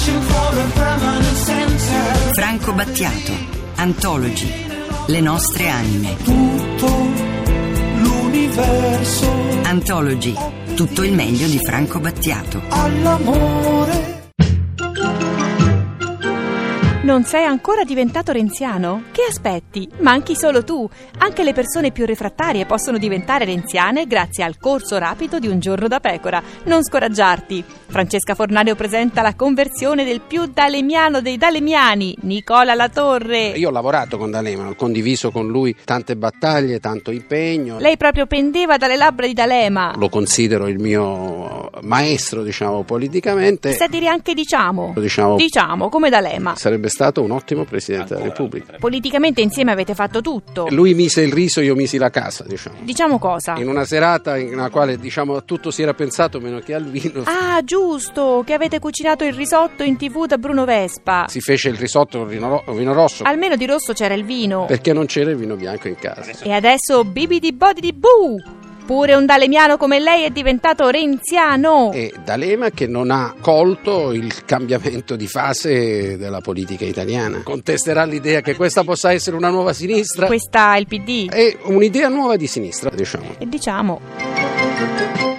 Franco Battiato, Antologi, le nostre anime. Tutto l'universo. Antologi, tutto il meglio di Franco Battiato. All'amore. Non sei ancora diventato renziano? Che aspetti? Manchi solo tu. Anche le persone più refrattarie possono diventare renziane grazie al corso rapido di Un giorno da pecora. Non scoraggiarti. Francesca Fornario presenta la conversione del più dalemiano dei dalemiani, Nicola Latorre. Io ho lavorato con D'Alema, ho condiviso con lui tante battaglie, tanto impegno. Lei proprio pendeva dalle labbra di D'Alema. Lo considero il mio maestro, politicamente. Se dire anche diciamo, come D'Alema. Sarebbe stato un ottimo Presidente della Repubblica. Politicamente insieme avete fatto tutto. Lui mise il riso, io misi la casa, Diciamo cosa? In una serata in quale, tutto si era pensato meno che al vino. Ah, giusto, che avete cucinato il risotto in TV da Bruno Vespa. Si fece il risotto con vino rosso. Almeno di rosso c'era il vino. Perché non c'era il vino bianco in casa. E adesso bibidi bodi di bu! Pure un dalemiano come lei è diventato renziano. E D'Alema che non ha colto il cambiamento di fase della politica italiana. Contesterà l'idea che questa possa essere una nuova sinistra. Questa è il PD. È un'idea nuova di sinistra, E diciamo.